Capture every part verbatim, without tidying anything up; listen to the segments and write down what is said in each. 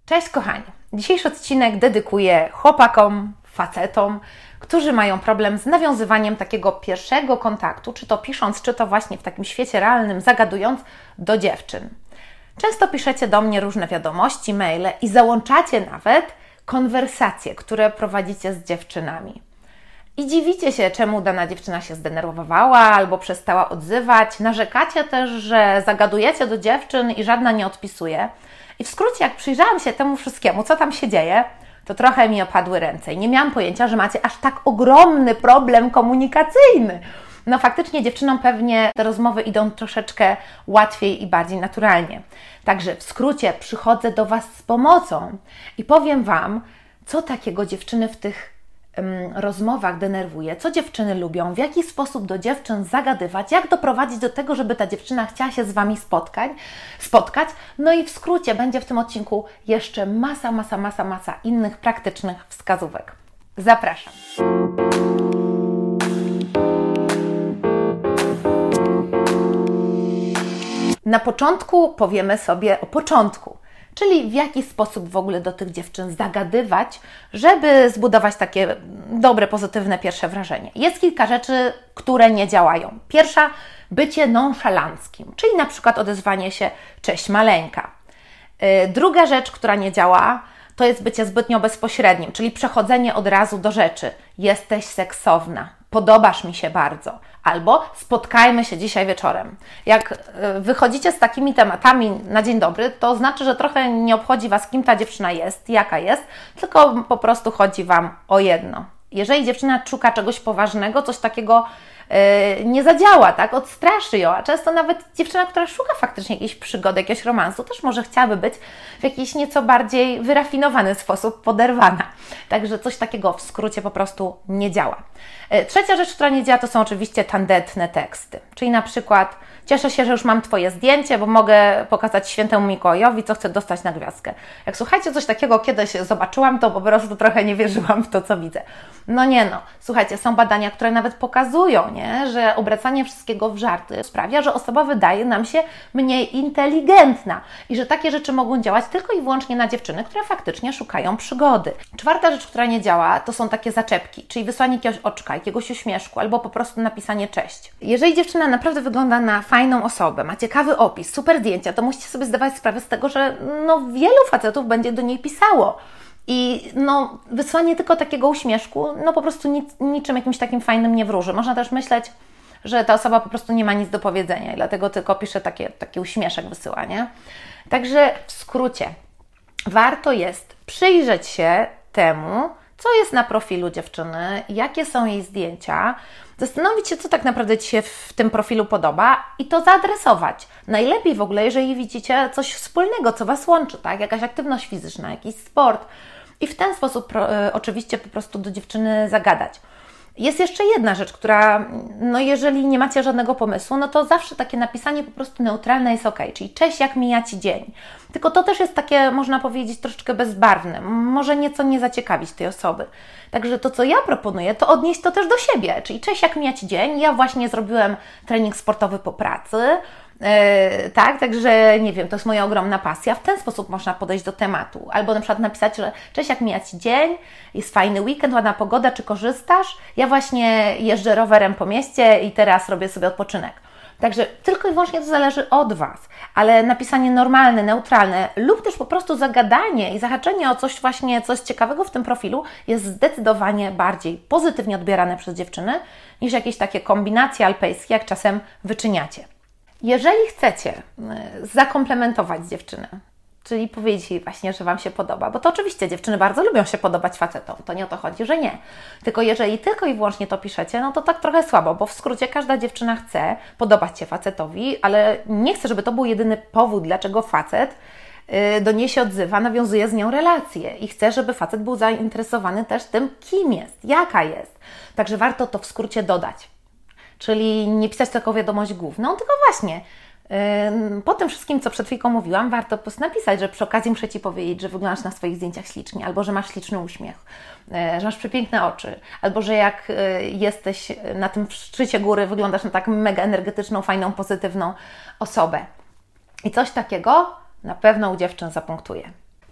Cześć kochani! Dzisiejszy odcinek dedykuję chłopakom, facetom, którzy mają problem z nawiązywaniem takiego pierwszego kontaktu, czy to pisząc, czy to właśnie w takim świecie realnym, zagadując do dziewczyn. Często piszecie do mnie różne wiadomości, maile i załączacie nawet konwersacje, które prowadzicie z dziewczynami. I dziwicie się, czemu dana dziewczyna się zdenerwowała albo przestała odzywać. Narzekacie też, że zagadujecie do dziewczyn i żadna nie odpisuje. I w skrócie, jak przyjrzałam się temu wszystkiemu, co tam się dzieje, to trochę mi opadły ręce i nie miałam pojęcia, że macie aż tak ogromny problem komunikacyjny. No faktycznie dziewczynom pewnie te rozmowy idą troszeczkę łatwiej i bardziej naturalnie. Także w skrócie przychodzę do Was z pomocą i powiem Wam, co takiego dziewczyny w tych rozmowach denerwuje, co dziewczyny lubią, w jaki sposób do dziewczyn zagadywać, jak doprowadzić do tego, żeby ta dziewczyna chciała się z Wami spotkać, spotkać. No i w skrócie będzie w tym odcinku jeszcze masa, masa, masa, masa innych praktycznych wskazówek. Zapraszam. Na początku powiemy sobie o początku. Czyli w jaki sposób w ogóle do tych dziewczyn zagadywać, żeby zbudować takie dobre, pozytywne pierwsze wrażenie. Jest kilka rzeczy, które nie działają. Pierwsza, bycie nonszalanckim, czyli na przykład odezwanie się cześć maleńka. Druga rzecz, która nie działa, to jest bycie zbytnio bezpośrednim, czyli przechodzenie od razu do rzeczy. Jesteś seksowna, podobasz mi się bardzo. Albo spotkajmy się dzisiaj wieczorem. Jak wychodzicie z takimi tematami na dzień dobry, to znaczy, że trochę nie obchodzi Was, kim ta dziewczyna jest, jaka jest, tylko po prostu chodzi Wam o jedno. Jeżeli dziewczyna szuka czegoś poważnego, coś takiego yy, nie zadziała, tak? Odstraszy ją, a często nawet dziewczyna, która szuka faktycznie jakiejś przygody, jakiegoś romansu, też może chciałaby być w jakiś nieco bardziej wyrafinowany sposób poderwana. Także coś takiego w skrócie po prostu nie działa. Yy, trzecia rzecz, która nie działa, to są oczywiście tandetne teksty, czyli na przykład cieszę się, że już mam Twoje zdjęcie, bo mogę pokazać świętemu Mikołajowi, co chcę dostać na gwiazdkę. Jak słuchajcie, coś takiego kiedyś zobaczyłam, to po prostu trochę nie wierzyłam w to, co widzę. No nie no, słuchajcie, są badania, które nawet pokazują, nie, że obracanie wszystkiego w żarty sprawia, że osoba wydaje nam się mniej inteligentna i że takie rzeczy mogą działać tylko i wyłącznie na dziewczyny, które faktycznie szukają przygody. Czwarta rzecz, która nie działa, to są takie zaczepki, czyli wysłanie jakiegoś oczka, jakiegoś uśmieszku albo po prostu napisanie cześć. Jeżeli dziewczyna naprawdę wygląda na fajną osobę, ma ciekawy opis, super zdjęcia, to musicie sobie zdawać sprawę z tego, że no wielu facetów będzie do niej pisało. I no, wysłanie tylko takiego uśmieszku, no po prostu nic, niczym jakimś takim fajnym nie wróży. Można też myśleć, że ta osoba po prostu nie ma nic do powiedzenia i dlatego tylko pisze takie, taki uśmieszek, wysyła, nie? Także w skrócie, warto jest przyjrzeć się temu, co jest na profilu dziewczyny, jakie są jej zdjęcia, zastanowić się, co tak naprawdę Ci się w tym profilu podoba i to zaadresować. Najlepiej w ogóle, jeżeli widzicie coś wspólnego, co Was łączy, tak? Jakaś aktywność fizyczna, jakiś sport i w ten sposób pro, y, oczywiście po prostu do dziewczyny zagadać. Jest jeszcze jedna rzecz, która, no jeżeli nie macie żadnego pomysłu, no to zawsze takie napisanie po prostu neutralne jest ok, czyli cześć, jak mija Ci dzień. Tylko to też jest takie, można powiedzieć, troszeczkę bezbarwne, może nieco nie zaciekawić tej osoby. Także to, co ja proponuję, to odnieść to też do siebie, czyli cześć, jak mija Ci dzień, ja właśnie zrobiłem trening sportowy po pracy, Yy, tak, także nie wiem, to jest moja ogromna pasja. W ten sposób można podejść do tematu. Albo na przykład napisać, że cześć, jak mija Ci dzień, jest fajny weekend, ładna pogoda, czy korzystasz? Ja właśnie jeżdżę rowerem po mieście i teraz robię sobie odpoczynek. Także tylko i wyłącznie to zależy od Was, ale napisanie normalne, neutralne lub też po prostu zagadanie i zahaczenie o coś właśnie, coś ciekawego w tym profilu jest zdecydowanie bardziej pozytywnie odbierane przez dziewczyny niż jakieś takie kombinacje alpejskie, jak czasem wyczyniacie. Jeżeli chcecie zakomplementować dziewczynę, czyli powiedzieć jej właśnie, że Wam się podoba, bo to oczywiście dziewczyny bardzo lubią się podobać facetom, to nie o to chodzi, że nie. Tylko jeżeli tylko i wyłącznie to piszecie, no to tak trochę słabo, bo w skrócie każda dziewczyna chce podobać się facetowi, ale nie chce, żeby to był jedyny powód, dlaczego facet do niej się odzywa, nawiązuje z nią relacje i chce, żeby facet był zainteresowany też tym, kim jest, jaka jest. Także warto to w skrócie dodać. Czyli nie pisać tylko wiadomość główną, tylko właśnie yy, po tym wszystkim, co przed chwilką mówiłam, warto po prostu napisać, że przy okazji muszę Ci powiedzieć, że wyglądasz na swoich zdjęciach ślicznie, albo że masz śliczny uśmiech, yy, że masz przepiękne oczy, albo że jak yy, jesteś na tym szczycie góry, wyglądasz na taką mega energetyczną, fajną, pozytywną osobę. I coś takiego na pewno u dziewczyn zapunktuje.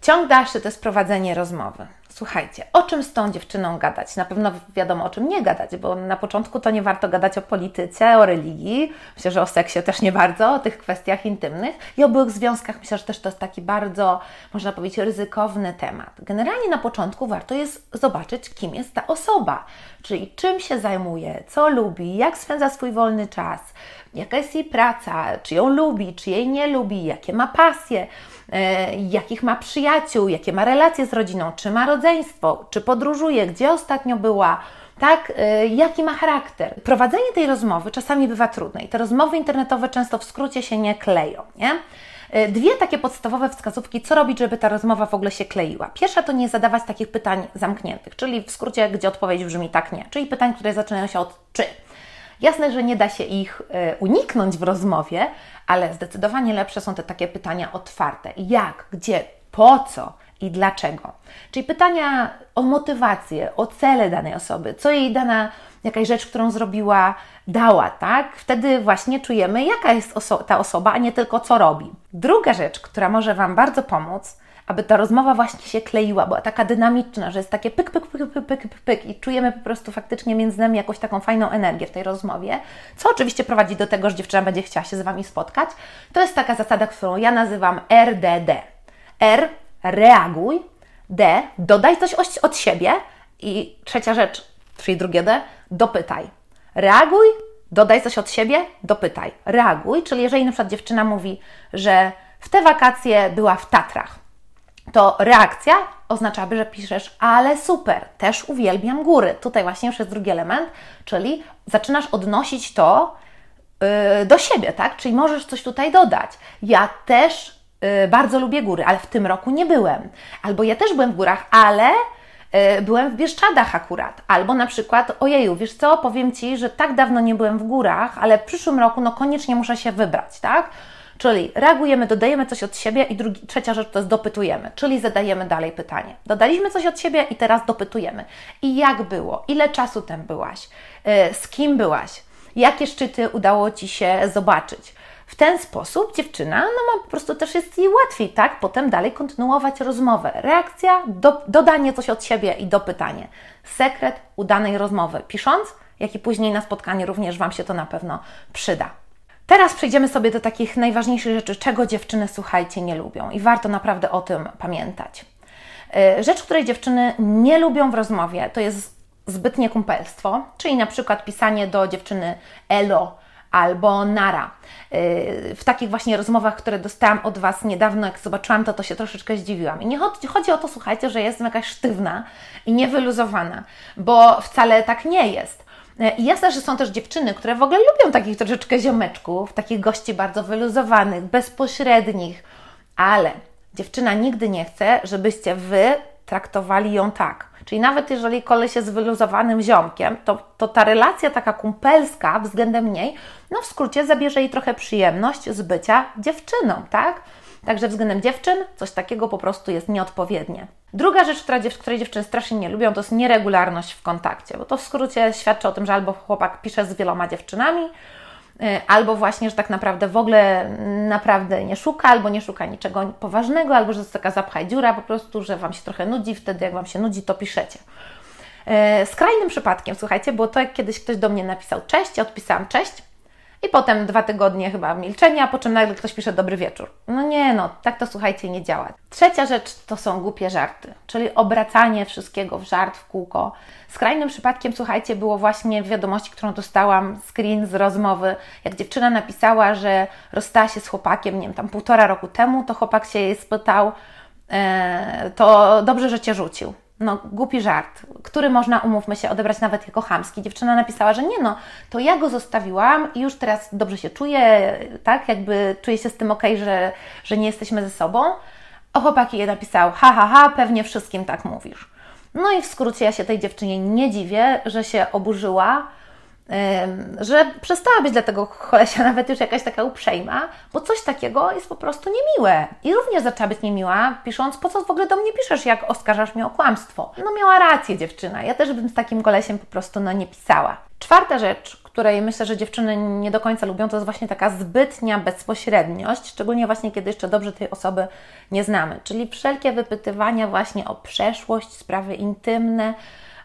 Ciąg dalszy to jest prowadzenie rozmowy. Słuchajcie, o czym z tą dziewczyną gadać? Na pewno wiadomo, o czym nie gadać, bo na początku to nie warto gadać o polityce, o religii, myślę, że o seksie też nie bardzo, o tych kwestiach intymnych i o byłych związkach. Myślę, że też to jest taki bardzo, można powiedzieć, ryzykowny temat. Generalnie na początku warto jest zobaczyć, kim jest ta osoba, czyli czym się zajmuje, co lubi, jak spędza swój wolny czas, jaka jest jej praca, czy ją lubi, czy jej nie lubi, jakie ma pasje, e, jakich ma przyjaciół, jakie ma relacje z rodziną, czy ma rodzeństwo, czy podróżuje, gdzie ostatnio była, tak, e, jaki ma charakter. Prowadzenie tej rozmowy czasami bywa trudne i te rozmowy internetowe często w skrócie się nie kleją, nie? Dwie takie podstawowe wskazówki, co robić, żeby ta rozmowa w ogóle się kleiła. Pierwsza to nie zadawać takich pytań zamkniętych, czyli w skrócie, gdzie odpowiedź brzmi tak, nie, czyli pytań, które zaczynają się od czy. Jasne, że nie da się ich uniknąć w rozmowie, ale zdecydowanie lepsze są te takie pytania otwarte. Jak, gdzie, po co i dlaczego. Czyli pytania o motywację, o cele danej osoby, co jej dana jakaś rzecz, którą zrobiła, dała, tak? Wtedy właśnie czujemy, jaka jest oso- ta osoba, a nie tylko co robi. Druga rzecz, która może Wam bardzo pomóc, aby ta rozmowa właśnie się kleiła, była taka dynamiczna, że jest takie pyk, pyk, pyk, pyk, pyk, pyk, pyk i czujemy po prostu faktycznie między nami jakąś taką fajną energię w tej rozmowie, co oczywiście prowadzi do tego, że dziewczyna będzie chciała się z Wami spotkać. To jest taka zasada, którą ja nazywam R D D. R, reaguj, D, dodaj coś od siebie i trzecia rzecz, czyli drugie D, dopytaj. Reaguj, dodaj coś od siebie, dopytaj. Reaguj, czyli jeżeli na przykład dziewczyna mówi, że w te wakacje była w Tatrach, to reakcja oznaczałaby, że piszesz, ale super, też uwielbiam góry. Tutaj właśnie już jest drugi element, czyli zaczynasz odnosić to yy, do siebie, tak? Czyli możesz coś tutaj dodać. Ja też yy, bardzo lubię góry, ale w tym roku nie byłem. Albo ja też byłem w górach, ale yy, byłem w Bieszczadach akurat. Albo na przykład, ojeju, wiesz co, powiem Ci, że tak dawno nie byłem w górach, ale w przyszłym roku no koniecznie muszę się wybrać, tak? Czyli reagujemy, dodajemy coś od siebie i drugi, trzecia rzecz to jest dopytujemy, czyli zadajemy dalej pytanie. Dodaliśmy coś od siebie i teraz dopytujemy. I jak było? Ile czasu tam byłaś? Yy, z kim byłaś? Jakie szczyty udało Ci się zobaczyć? W ten sposób dziewczyna, no ma po prostu też jest jej łatwiej, tak? Potem dalej kontynuować rozmowę. Reakcja, do, dodanie coś od siebie i dopytanie. Sekret udanej rozmowy. Pisząc, jak i później na spotkaniu również Wam się to na pewno przyda. Teraz przejdziemy sobie do takich najważniejszych rzeczy, czego dziewczyny, słuchajcie, nie lubią i warto naprawdę o tym pamiętać. Rzecz, której dziewczyny nie lubią w rozmowie, to jest zbytnie kumpelstwo, czyli na przykład pisanie do dziewczyny elo albo nara. W takich właśnie rozmowach, które dostałam od Was niedawno, jak zobaczyłam to, to się troszeczkę zdziwiłam. I nie chodzi, chodzi o to, słuchajcie, że jestem jakaś sztywna i niewyluzowana, bo wcale tak nie jest. I jasne, że są też dziewczyny, które w ogóle lubią takich troszeczkę ziomeczków, takich gości bardzo wyluzowanych, bezpośrednich, ale dziewczyna nigdy nie chce, żebyście Wy traktowali ją tak. Czyli nawet jeżeli koleś jest wyluzowanym ziomkiem, to, to ta relacja taka kumpelska względem niej, no w skrócie zabierze jej trochę przyjemność z bycia dziewczyną, tak? Także względem dziewczyn coś takiego po prostu jest nieodpowiednie. Druga rzecz, która, której dziewczyny strasznie nie lubią, to jest nieregularność w kontakcie, bo to w skrócie świadczy o tym, że albo chłopak pisze z wieloma dziewczynami, albo właśnie, że tak naprawdę w ogóle naprawdę nie szuka, albo nie szuka niczego poważnego, albo że to jest taka zapchaj dziura po prostu, że Wam się trochę nudzi, wtedy jak Wam się nudzi, to piszecie. Skrajnym przypadkiem, słuchajcie, było to, jak kiedyś ktoś do mnie napisał cześć, ja odpisałam cześć, i potem dwa tygodnie chyba milczenia, po czym nagle ktoś pisze dobry wieczór. No nie no, tak to słuchajcie nie działa. Trzecia rzecz to są głupie żarty, czyli obracanie wszystkiego w żart, w kółko. Skrajnym przypadkiem, słuchajcie, było właśnie w wiadomości, którą dostałam, screen z rozmowy, jak dziewczyna napisała, że rozstała się z chłopakiem, nie wiem, tam półtora roku temu, to chłopak się jej spytał, e, to dobrze, że Cię rzucił. No, głupi żart, który można, umówmy się, odebrać nawet jako chamski. Dziewczyna napisała, że nie no, to ja go zostawiłam i już teraz dobrze się czuję, tak, jakby czuję się z tym okej, że, że nie jesteśmy ze sobą. A chłopak jej napisał, ha, ha, ha, pewnie wszystkim tak mówisz. No i w skrócie ja się tej dziewczynie nie dziwię, że się oburzyła, że przestała być dla tego kolesia nawet już jakaś taka uprzejma, bo coś takiego jest po prostu niemiłe. I również zaczęła być niemiła, pisząc, po co w ogóle do mnie piszesz, jak oskarżasz mnie o kłamstwo. No miała rację dziewczyna, ja też bym z takim kolesiem po prostu no nie pisała. Czwarta rzecz, której myślę, że dziewczyny nie do końca lubią, to jest właśnie taka zbytnia bezpośredniość, szczególnie właśnie kiedy jeszcze dobrze tej osoby nie znamy. Czyli wszelkie wypytywania właśnie o przeszłość, sprawy intymne,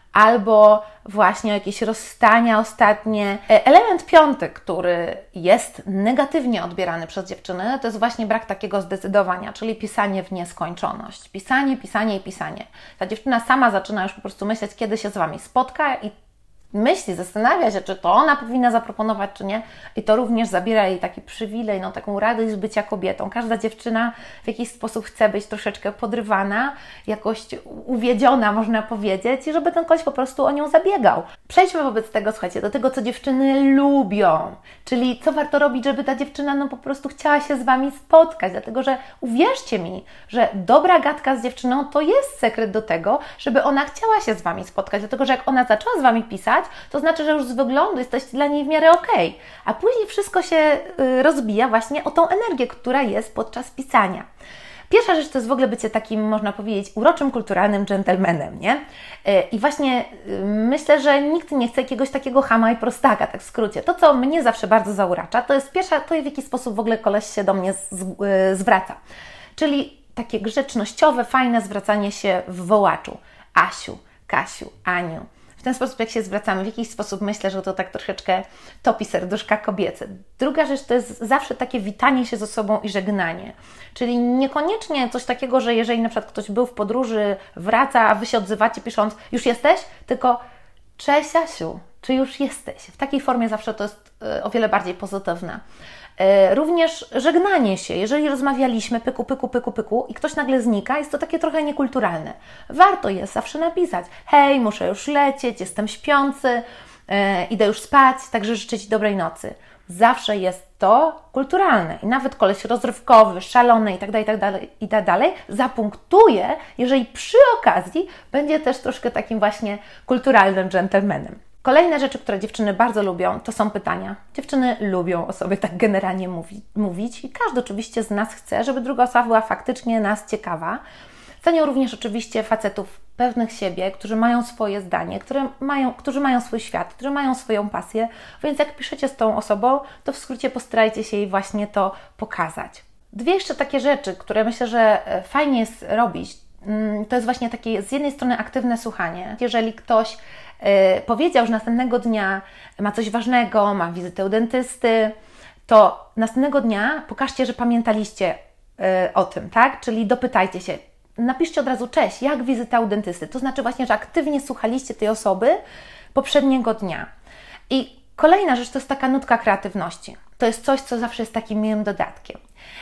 albo właśnie jakieś rozstania ostatnie. Element piąty, który jest negatywnie odbierany przez dziewczyny, to jest właśnie brak takiego zdecydowania, czyli pisanie w nieskończoność. Pisanie, pisanie i pisanie. Ta dziewczyna sama zaczyna już po prostu myśleć, kiedy się z Wami spotka i myśli, zastanawia się, czy to ona powinna zaproponować, czy nie. I to również zabiera jej taki przywilej, no, taką radość z bycia kobietą. Każda dziewczyna w jakiś sposób chce być troszeczkę podrywana, jakoś uwiedziona, można powiedzieć, i żeby ten koleś po prostu o nią zabiegał. Przejdźmy wobec tego, słuchajcie, do tego, co dziewczyny lubią. Czyli co warto robić, żeby ta dziewczyna no po prostu chciała się z Wami spotkać. Dlatego, że uwierzcie mi, że dobra gadka z dziewczyną to jest sekret do tego, żeby ona chciała się z Wami spotkać. Dlatego, że jak ona zaczęła z Wami pisać, to znaczy, że już z wyglądu jesteście dla niej w miarę okej. A później wszystko się y, rozbija właśnie o tą energię, która jest podczas pisania. Pierwsza rzecz to jest w ogóle bycie takim, można powiedzieć, uroczym, kulturalnym dżentelmenem, nie? Y, I właśnie y, myślę, że nikt nie chce jakiegoś takiego chama i prostaka, tak w skrócie. To, co mnie zawsze bardzo zauracza, to jest pierwsza, to w jaki sposób w ogóle koleś się do mnie z, y, zwraca. Czyli takie grzecznościowe, fajne zwracanie się w wołaczu. Asiu, Kasiu, Aniu. W ten sposób, jak się zwracamy, w jakiś sposób myślę, że to tak troszeczkę topi serduszka kobiece. Druga rzecz to jest zawsze takie witanie się ze sobą i żegnanie. Czyli niekoniecznie coś takiego, że jeżeli na przykład ktoś był w podróży, wraca, a Wy się odzywacie pisząc już jesteś, tylko cześć Asiu, czy już jesteś? W takiej formie zawsze to jest o wiele bardziej pozytywne. Również żegnanie się. Jeżeli rozmawialiśmy pyku, pyku, pyku, pyku i ktoś nagle znika, jest to takie trochę niekulturalne. Warto jest zawsze napisać: hej, muszę już lecieć, jestem śpiący, yy, idę już spać, także życzę Ci dobrej nocy. Zawsze jest to kulturalne i nawet koleś rozrywkowy, szalony itd., itd., itd. zapunktuje, jeżeli przy okazji będzie też troszkę takim właśnie kulturalnym dżentelmenem. Kolejne rzeczy, które dziewczyny bardzo lubią, to są pytania. Dziewczyny lubią o sobie tak generalnie mówi, mówić i każdy oczywiście z nas chce, żeby druga osoba była faktycznie nas ciekawa. Cenią również oczywiście facetów pewnych siebie, którzy mają swoje zdanie, które mają, którzy mają swój świat, którzy mają swoją pasję, więc jak piszecie z tą osobą, to w skrócie postarajcie się jej właśnie to pokazać. Dwie jeszcze takie rzeczy, które myślę, że fajnie jest robić, to jest właśnie takie z jednej strony aktywne słuchanie. Jeżeli ktoś y, powiedział, że następnego dnia ma coś ważnego, ma wizytę u dentysty, to następnego dnia pokażcie, że pamiętaliście y, o tym, tak? Czyli dopytajcie się, napiszcie od razu cześć, jak wizyta u dentysty. To znaczy właśnie, że aktywnie słuchaliście tej osoby poprzedniego dnia. I kolejna rzecz to jest taka nutka kreatywności. To jest coś, co zawsze jest takim miłym dodatkiem.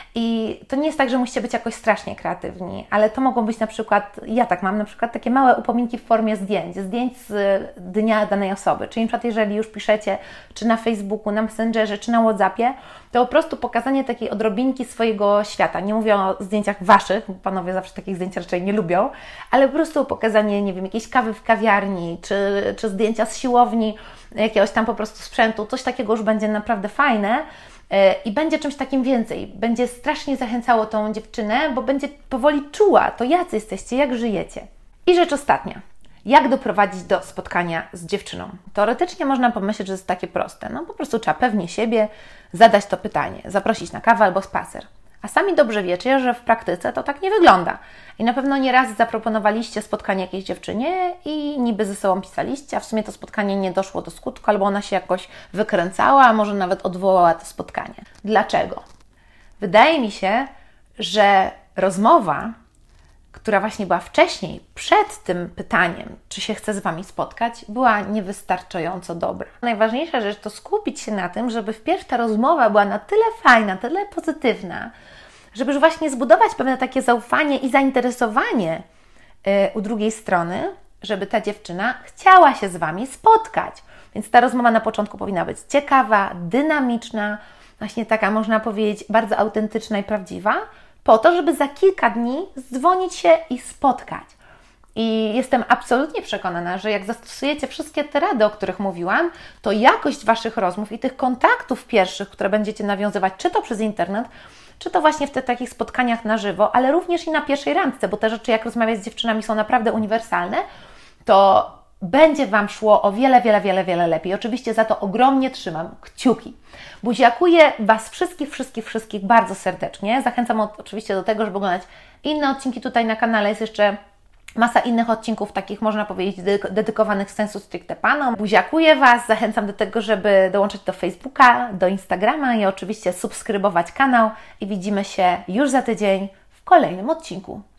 I to nie jest tak, że musicie być jakoś strasznie kreatywni, ale to mogą być na przykład, ja tak mam, na przykład takie małe upominki w formie zdjęć, zdjęć z dnia danej osoby. Czyli na przykład jeżeli już piszecie, czy na Facebooku, na Messengerze, czy na WhatsAppie, to po prostu pokazanie takiej odrobinki swojego świata. Nie mówię o zdjęciach Waszych, bo panowie zawsze takich zdjęć raczej nie lubią, ale po prostu pokazanie, nie wiem, jakiejś kawy w kawiarni, czy, czy zdjęcia z siłowni, jakiegoś tam po prostu sprzętu, coś takiego już będzie naprawdę fajne. I będzie czymś takim więcej. Będzie strasznie zachęcało tą dziewczynę, bo będzie powoli czuła to, jacy jesteście, jak żyjecie. I rzecz ostatnia. Jak doprowadzić do spotkania z dziewczyną? Teoretycznie można pomyśleć, że jest takie proste. No po prostu trzeba pewnie siebie zadać to pytanie, zaprosić na kawę albo spacer. A sami dobrze wiecie, że w praktyce to tak nie wygląda. I na pewno nieraz zaproponowaliście spotkanie jakiejś dziewczynie i niby ze sobą pisaliście, a w sumie to spotkanie nie doszło do skutku, albo ona się jakoś wykręcała, a może nawet odwołała to spotkanie. Dlaczego? Wydaje mi się, że rozmowa, która właśnie była wcześniej, przed tym pytaniem, czy się chce z Wami spotkać, była niewystarczająco dobra. Najważniejsza rzecz to skupić się na tym, żeby wpierw ta rozmowa była na tyle fajna, tyle pozytywna, żeby już właśnie zbudować pewne takie zaufanie i zainteresowanie yy, u drugiej strony, żeby ta dziewczyna chciała się z Wami spotkać. Więc ta rozmowa na początku powinna być ciekawa, dynamiczna, właśnie taka, można powiedzieć, bardzo autentyczna i prawdziwa, po to, żeby za kilka dni dzwonić się i spotkać. I jestem absolutnie przekonana, że jak zastosujecie wszystkie te rady, o których mówiłam, to jakość Waszych rozmów i tych kontaktów pierwszych, które będziecie nawiązywać, czy to przez internet, czy to właśnie w tych takich spotkaniach na żywo, ale również i na pierwszej randce, bo te rzeczy, jak rozmawiać z dziewczynami, są naprawdę uniwersalne, to będzie Wam szło o wiele, wiele, wiele, wiele lepiej. Oczywiście za to ogromnie trzymam kciuki. Buziakuję Was wszystkich, wszystkich, wszystkich bardzo serdecznie. Zachęcam oczywiście do tego, żeby oglądać inne odcinki tutaj na kanale. Jest jeszcze masa innych odcinków, takich można powiedzieć dedykowanych sensu stricte Panom. Buziakuję Was, zachęcam do tego, żeby dołączyć do Facebooka, do Instagrama i oczywiście subskrybować kanał. I widzimy się już za tydzień w kolejnym odcinku.